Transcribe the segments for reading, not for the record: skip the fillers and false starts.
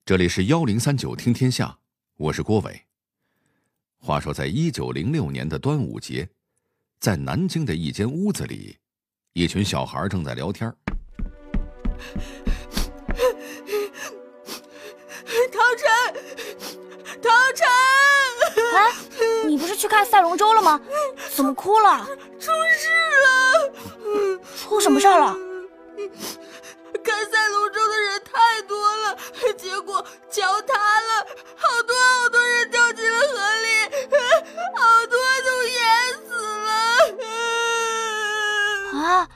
这里是1039听天下，我是郭伟。话说在1906年的端午节，在南京的一间屋子里，一群小孩正在聊天。 唐晨！ 哎，你不是去看赛龙舟了吗？怎么哭了？ 出事了！ 出什么事了？ 看赛龙舟的人太多了，结果桥塌了，好多人掉进了河里，好多都淹死了。 啊！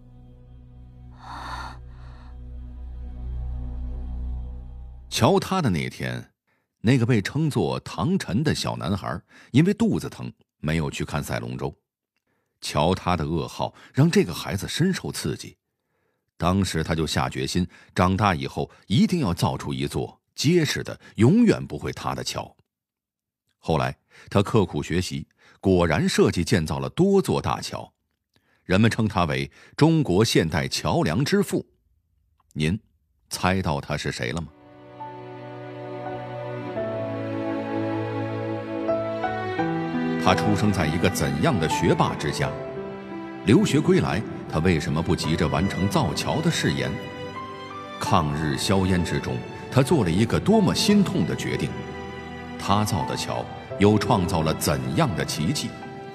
桥塌的那天，那个被称作唐晨的小男孩因为肚子疼没有去看赛龙舟。桥塌的噩耗让这个孩子深受刺激，当时他就下决心，长大以后一定要造出一座结实的永远不会塌的桥。后来他刻苦学习，果然设计建造了多座大桥，人们称他为中国现代桥梁之父。您猜到他是谁了吗？他出生在一个怎样的学霸之家？留学归来，他为什么不急着完成造桥的誓言？抗日硝烟之中，他做了一个多么心痛的决定？他造的桥又创造了怎样的奇迹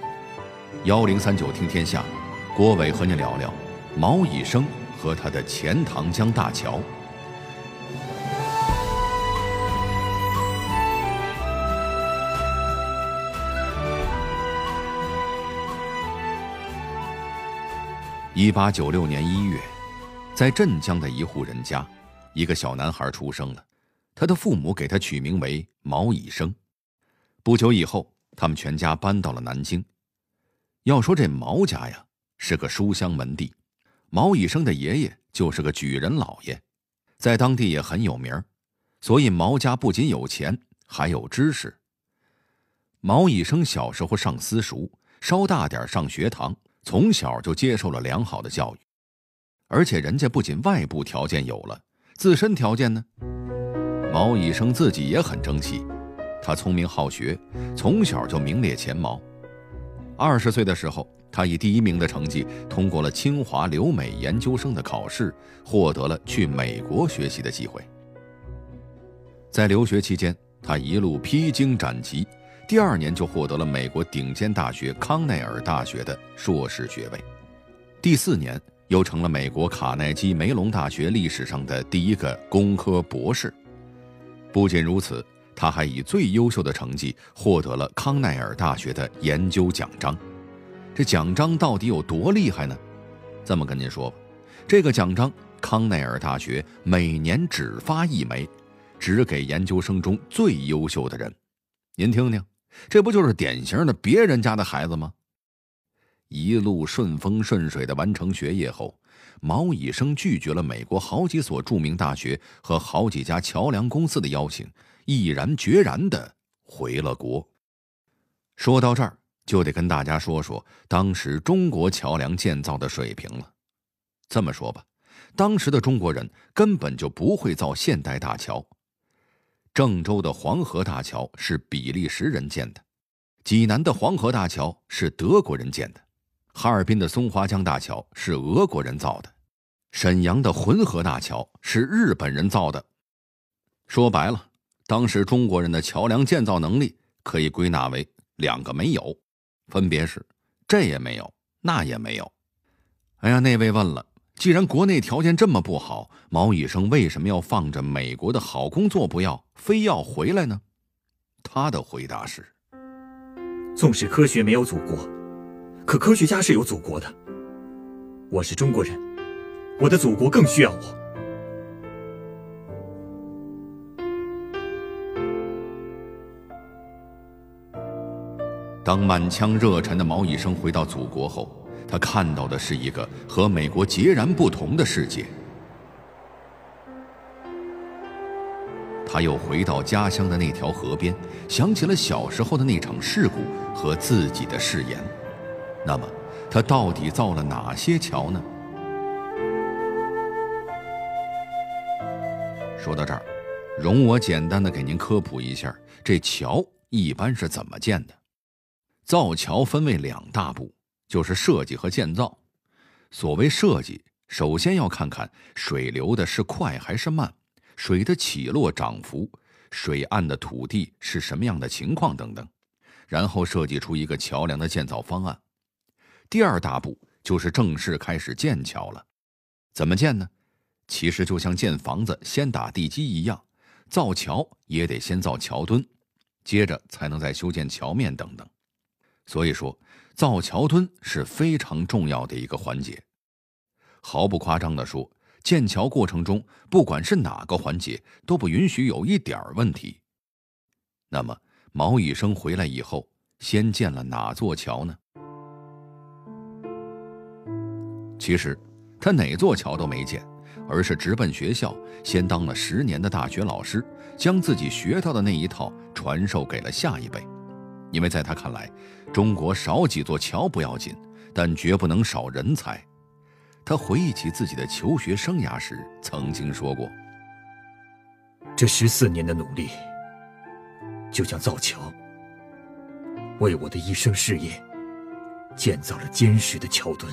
？1039听天下，郭伟和你聊聊毛以升和他的钱塘江大桥。1896年1月，在镇江的一户人家，一个小男孩出生了，他的父母给他取名为毛以升。不久以后，他们全家搬到了南京。要说这毛家呀，是个书香门第，毛以升的爷爷就是个举人老爷，在当地也很有名，所以毛家不仅有钱，还有知识。毛以升小时候上私塾，稍大点上学堂，从小就接受了良好的教育。而且人家不仅外部条件有了，自身条件呢？毛以升自己也很争气，他聪明好学，从小就名列前茅。20岁的时候，他以第1名的成绩通过了清华留美研究生的考试，获得了去美国学习的机会。在留学期间，他一路披荆斩棘，第2年就获得了美国顶尖大学康奈尔大学的硕士学位，第4年又成了美国卡耐基梅隆大学历史上的第1个工科博士。不仅如此，他还以最优秀的成绩获得了康奈尔大学的研究奖章。这奖章到底有多厉害呢？这么跟您说吧，这个奖章康奈尔大学每年只发1枚，只给研究生中最优秀的人。您听听，这不就是典型的别人家的孩子吗？一路顺风顺水地完成学业后，毛以升拒绝了美国好几所著名大学和好几家桥梁公司的邀请，毅然决然地回了国。说到这儿，就得跟大家说说当时中国桥梁建造的水平了。这么说吧，当时的中国人根本就不会造现代大桥。郑州的黄河大桥是比利时人建的，济南的黄河大桥是德国人建的，哈尔滨的松花江大桥是俄国人造的，沈阳的浑河大桥是日本人造的。说白了，当时中国人的桥梁建造能力可以归纳为2个没有，分别是这也没有，那也没有。哎呀，那位问了，既然国内条件这么不好，毛以升为什么要放着美国的好工作不要，非要回来呢？他的回答是： 纵使科学没有祖国，可科学家是有祖国的。我是中国人，我的祖国更需要我。 当满腔热忱的毛以升回到祖国后，他看到的是一个和美国截然不同的世界。他又回到家乡的那条河边，想起了小时候的那场事故和自己的誓言。那么，他到底造了哪些桥呢？说到这儿， 容我简单的给您科普一下，这桥一般是怎么建的。造桥分为2大步，就是设计和建造。所谓设计，首先要看看水流的是快还是慢，水的起落涨幅，水岸的土地是什么样的情况等等，然后设计出一个桥梁的建造方案。第2大步就是正式开始建桥了。怎么建呢？其实就像建房子先打地基一样，造桥也得先造桥墩，接着才能再修建桥面等等。所以说，造桥墩是非常重要的一个环节。毫不夸张地说，建桥过程中不管是哪个环节都不允许有一点问题。那么毛以生回来以后，先建了哪座桥呢？其实他哪座桥都没建，而是直奔学校，先当了10年的大学老师，将自己学到的那一套传授给了下一辈。因为在他看来，中国少几座桥不要紧，但绝不能少人才。他回忆起自己的求学生涯时曾经说过， 这14年的努力就像造桥，为我的一生事业建造了坚实的桥墩。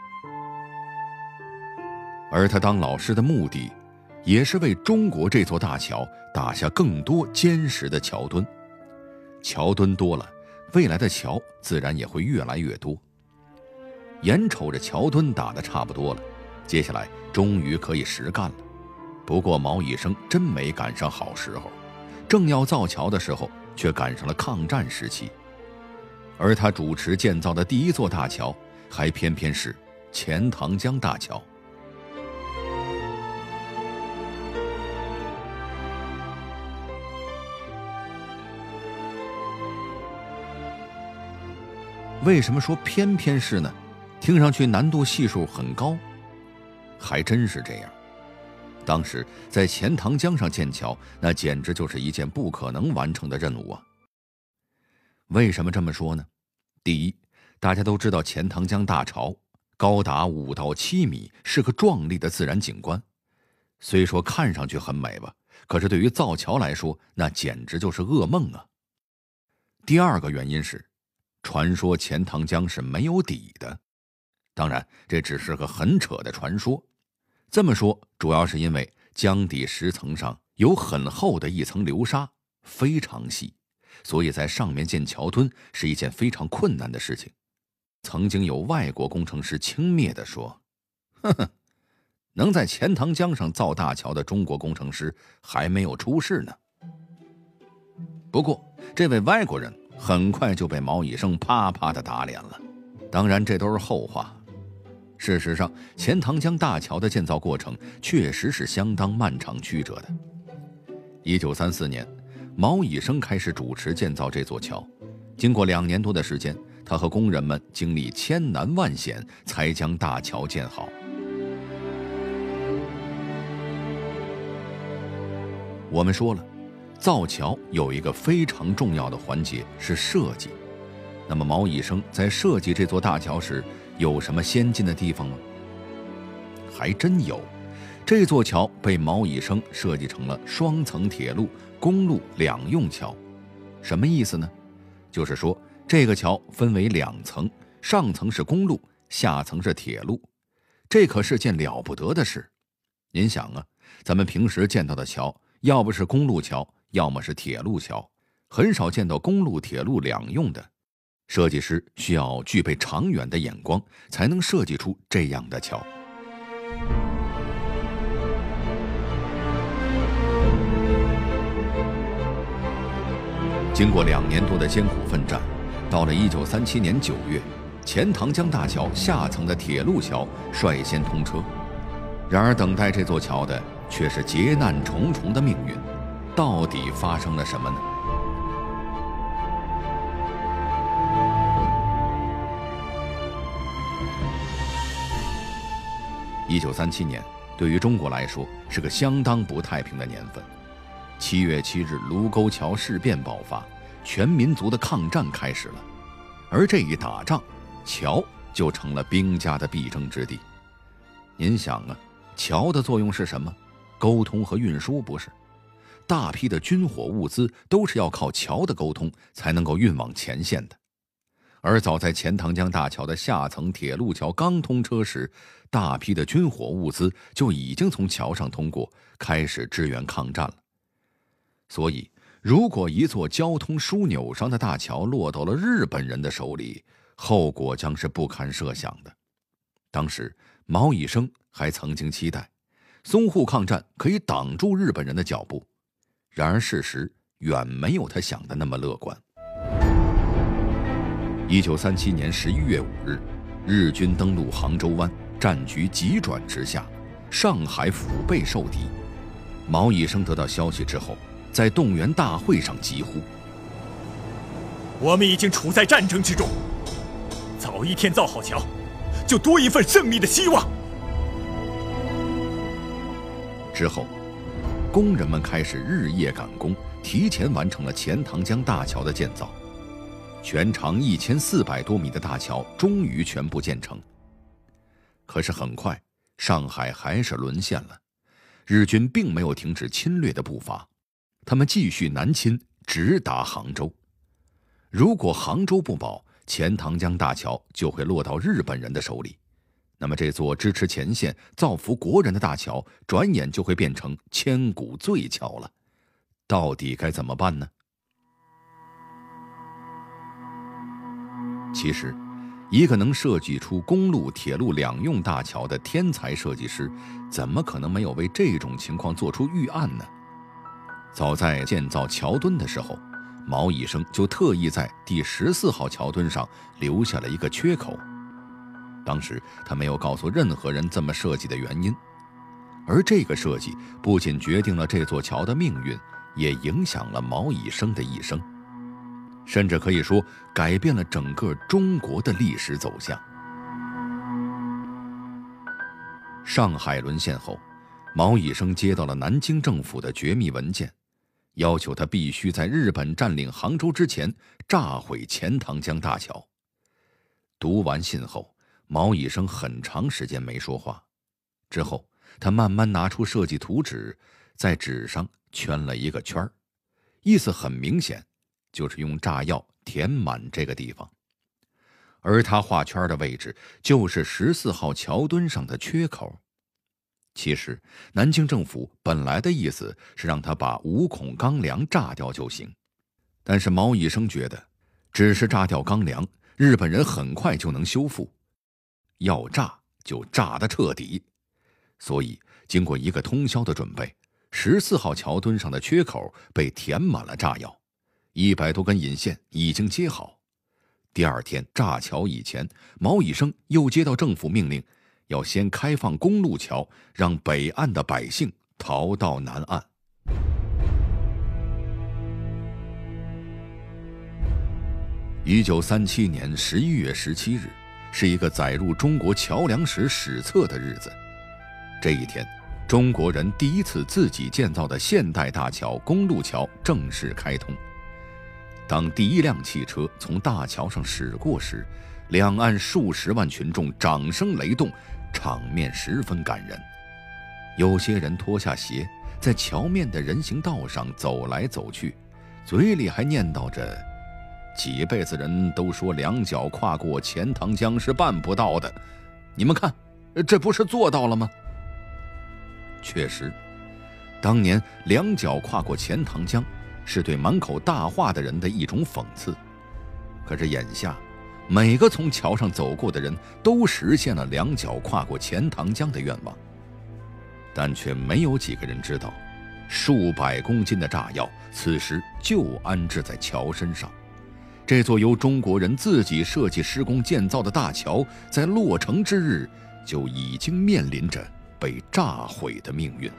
而他当老师的目的也是为中国这座大桥打下更多坚实的桥墩。桥墩多了，未来的桥自然也会越来越多。眼瞅着桥墩打得差不多了，接下来终于可以实干了。不过毛以生真没赶上好时候，正要造桥的时候，却赶上了抗战时期。而他主持建造的第1座大桥，还偏偏是钱塘江大桥。为什么说偏偏是呢？听上去难度系数很高。还真是这样。当时在钱塘江上建桥，那简直就是一件不可能完成的任务啊。为什么这么说呢？第一，大家都知道钱塘江大潮高达5到7米，是个壮丽的自然景观。虽说看上去很美吧，可是对于造桥来说，那简直就是噩梦啊。第2个原因是，传说钱塘江是没有底的。当然，这只是个很扯的传说。这么说，主要是因为江底石层上有很厚的一层流沙，非常细，所以在上面建桥墩是一件非常困难的事情。曾经有外国工程师轻蔑地说：“呵呵，能在钱塘江上造大桥的中国工程师还没有出世呢。”不过，这位外国人很快就被毛以生啪啪地打脸了。当然，这都是后话。事实上，钱塘江大桥的建造过程确实是相当漫长曲折的。1934年，毛以生开始主持建造这座桥。经过2年多的时间，他和工人们经历千难万险，才将大桥建好。我们说了，造桥有一个非常重要的环节是设计。那么毛以生在设计这座大桥时，有什么先进的地方吗？还真有。这座桥被毛以生设计成了双层铁路、公路2用桥。什么意思呢？就是说这个桥分为2层，上层是公路，下层是铁路。这可是件了不得的事。您想啊，咱们平时见到的桥，要不是公路桥，要么是铁路桥，很少见到公路、铁路2用的。设计师需要具备长远的眼光，才能设计出这样的桥。经过2年多的艰苦奋战，到了1937年9月，钱塘江大桥下层的铁路桥率先通车。然而，等待这座桥的却是劫难重重的命运。到底发生了什么呢？1937年对于中国来说是个相当不太平的年份。7月7日，卢沟桥事变爆发，全民族的抗战开始了。而这一打仗，桥就成了兵家的必争之地。您想啊，桥的作用是什么？沟通和运输不是？ 大批的军火物资都是要靠桥的沟通才能够运往前线的。而早在钱塘江大桥的下层铁路桥刚通车时，大批的军火物资就已经从桥上通过，开始支援抗战了。所以，如果一座交通枢纽上的大桥落到了日本人的手里，后果将是不堪设想的。当时，毛以升还曾经期待淞沪抗战可以挡住日本人的脚步，然而事实远没有他想的那么乐观。1937年11月5日，日军登陆杭州湾，战局急转直下，上海腹背受敌。毛以升得到消息之后，在动员大会上疾呼： 我们已经处在战争之中，早一天造好桥，就多一份胜利的希望。 之后，工人们开始日夜赶工，提前完成了钱塘江大桥的建造。全长1400多米的大桥终于全部建成。可是很快，上海还是沦陷了。日军并没有停止侵略的步伐，他们继续南侵，直达杭州。如果杭州不保，钱塘江大桥就会落到日本人的手里，那么这座支持前线、造福国人的大桥，转眼就会变成千古罪桥了。到底该怎么办呢？其实，一个能设计出公路、铁路两用大桥的天才设计师，怎么可能没有为这种情况做出预案呢？早在建造桥墩的时候，毛以升就特意在第14号桥墩上留下了一个缺口。当时他没有告诉任何人这么设计的原因，而这个设计不仅决定了这座桥的命运，也影响了毛以升的一生。甚至可以说改变了整个中国的历史走向。上海沦陷后，毛以升接到了南京政府的绝密文件，要求他必须在日本占领杭州之前炸毁钱塘江大桥。读完信后，毛以升很长时间没说话。之后，他慢慢拿出设计图纸，在纸上圈了一个圈，意思很明显，就是用炸药填满这个地方。而他画圈的位置就是14号桥墩上的缺口。其实南京政府本来的意思是让他把5孔钢梁炸掉就行，但是毛以升觉得只是炸掉钢梁，日本人很快就能修复，要炸就炸得彻底。所以经过一个通宵的准备，14号桥墩上的缺口被填满了炸药，100多根引线已经接好。第二天炸桥以前，毛以升又接到政府命令，要先开放公路桥，让北岸的百姓逃到南岸。1937年11月17日，是一个载入中国桥梁史史册的日子。这一天，中国人第一次自己建造的现代大桥公路桥正式开通。当第一辆汽车从大桥上驶过时，两岸数十万群众掌声雷动，场面十分感人。有些人脱下鞋，在桥面的人行道上走来走去，嘴里还念叨着：几辈子人都说两脚跨过钱塘江是办不到的，你们看，这不是做到了吗？确实，当年两脚跨过钱塘江是对满口大话的人的一种讽刺。可是眼下，每个从桥上走过的人都实现了两脚跨过钱塘江的愿望。但却没有几个人知道，数百公斤的炸药此时就安置在桥身上。这座由中国人自己设计施工建造的大桥，在落成之日就已经面临着被炸毁的命运。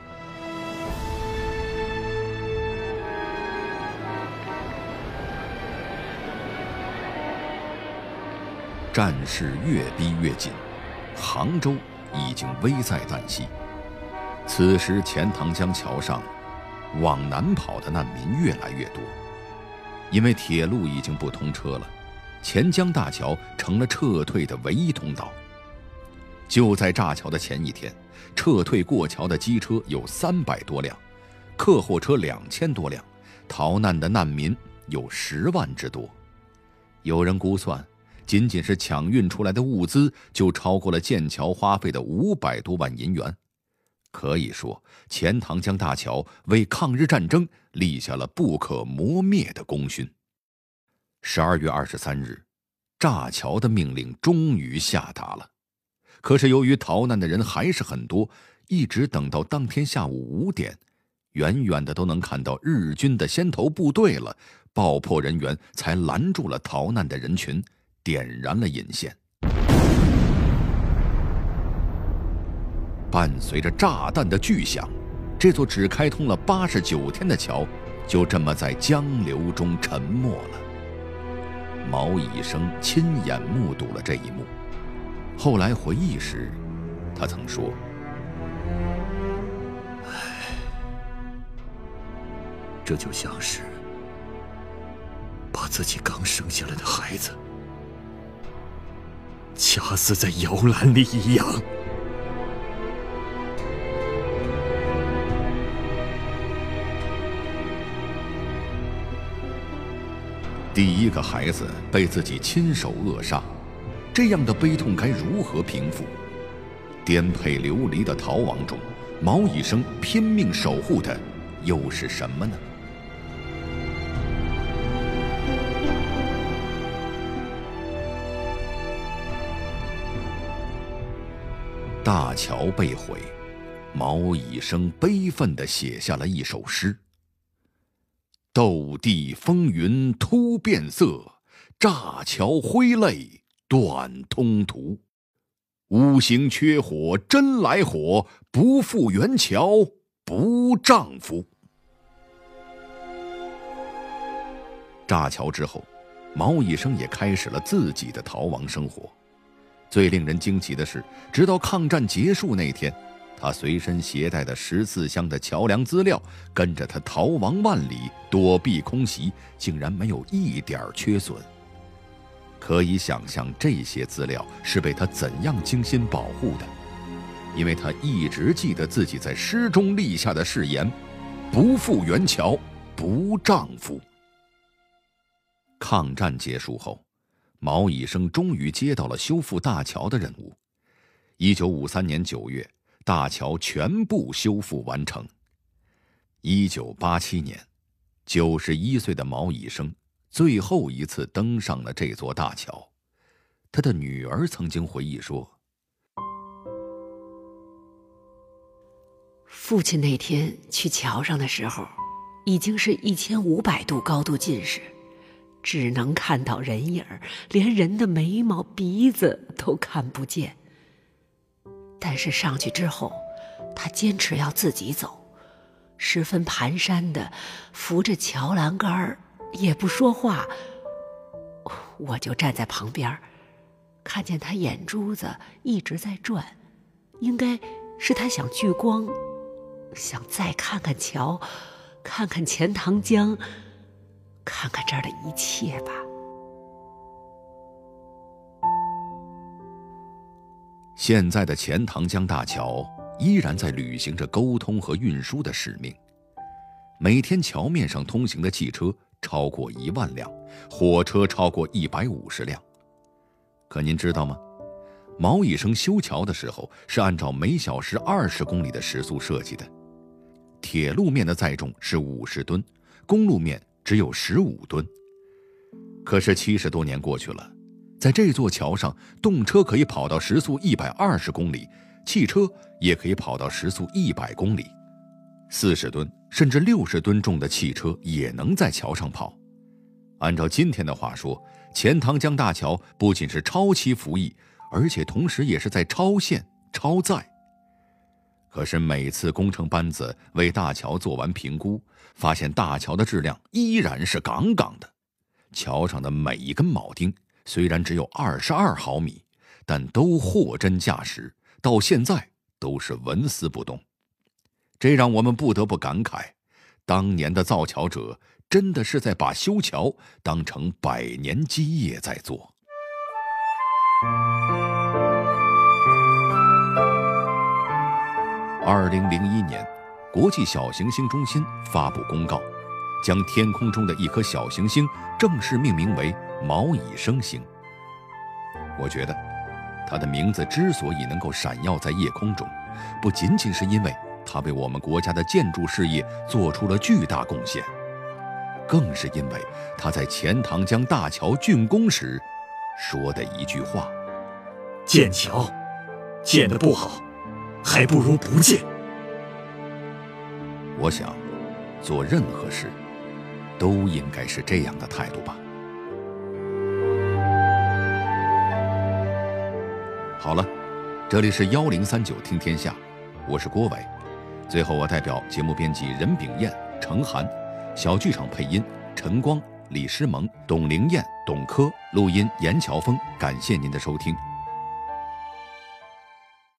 战事越逼越紧，杭州已经危在旦夕。此时钱塘江桥上往南跑的难民越来越多，因为铁路已经不通车了，钱江大桥成了撤退的唯一通道。就在炸桥的前一天，撤退过桥的机车有300多辆， 客货车2000多辆，逃难的难民有10万之多。有人估算，仅仅是抢运出来的物资就超过了建桥花费的500多万银元。可以说，钱塘江大桥为抗日战争立下了不可磨灭的功勋。12月23日，炸桥的命令终于下达了。可是由于逃难的人还是很多，一直等到当天下午5点，远远的都能看到日军的先头部队了，爆破人员才拦住了逃难的人群，点燃了引线。伴随着炸弹的巨响，这座只开通了89天的桥就这么在江流中沉没了。毛以生亲眼目睹了这一幕，后来回忆时，他曾说： 这就像是把自己刚生下来的孩子掐死在摇篮里一样。 第一个孩子被自己亲手扼杀，这样的悲痛该如何平复？颠沛流离的逃亡中，毛以生拼命守护的又是什么呢？大桥被毁，毛以生悲愤地写下了一首诗：斗地风云突变色，炸桥挥泪断通途。五行缺火真来火，不复原桥不丈夫。炸桥之后，毛以生也开始了自己的逃亡生活。最令人惊奇的是，直到抗战结束那天，他随身携带的14箱的桥梁资料，跟着他逃亡万里，躲避空袭，竟然没有一点缺损。可以想象这些资料是被他怎样精心保护的，因为他一直记得自己在诗中立下的誓言：不复原桥不丈夫。抗战结束后，毛以生终于接到了修复大桥的任务。1953年9月，大桥全部修复完成。1987年，91岁的毛以生最后一次登上了这座大桥。他的女儿曾经回忆说： 父亲那天去桥上的时候，已经是1500度高度近视，只能看到人影，连人的眉毛鼻子都看不见。但是上去之后，他坚持要自己走，十分蹒跚地扶着桥栏杆，也不说话。我就站在旁边，看见他眼珠子一直在转，应该是他想聚光，想再看看桥，看看钱塘江，看看这儿的一切吧。 现在的钱塘江大桥依然在履行着沟通和运输的使命，每天桥面上通行的汽车超过1万辆，火车超过150辆。可您知道吗？毛以生修桥的时候是按照每小时20公里的时速设计的，铁路面的载重是50吨，公路面只有15吨。可是70多年过去了，在这座桥上，动车可以跑到时速120公里，汽车也可以跑到时速100公里。40吨甚至60吨重的汽车也能在桥上跑。按照今天的话说，钱塘江大桥不仅是超期服役，而且同时也是在超限、超载。可是每次工程班子为大桥做完评估，发现大桥的质量依然是杠杠的。桥上的每一根铆钉虽然只有22毫米，但都货真价实，到现在都是纹丝不动。这让我们不得不感慨，当年的造桥者真的是在把修桥当成100年基业在做。2001年， 国际小行星中心发布公告，将天空中的一颗小行星正式命名为毛以升星。我觉得它的名字之所以能够闪耀在夜空中，不仅仅是因为它为我们国家的建筑事业做出了巨大贡献，更是因为它在钱塘江大桥竣工时说的一句话： 建桥，建得不好，还不如不建。 我想，做任何事都应该是这样的态度吧。好了，这里是1039听天下，我是郭伟。最后，我代表节目编辑任炳燕、程涵，小剧场配音陈光、李诗萌、董灵燕、董珂，录音严乔峰，感谢您的收听。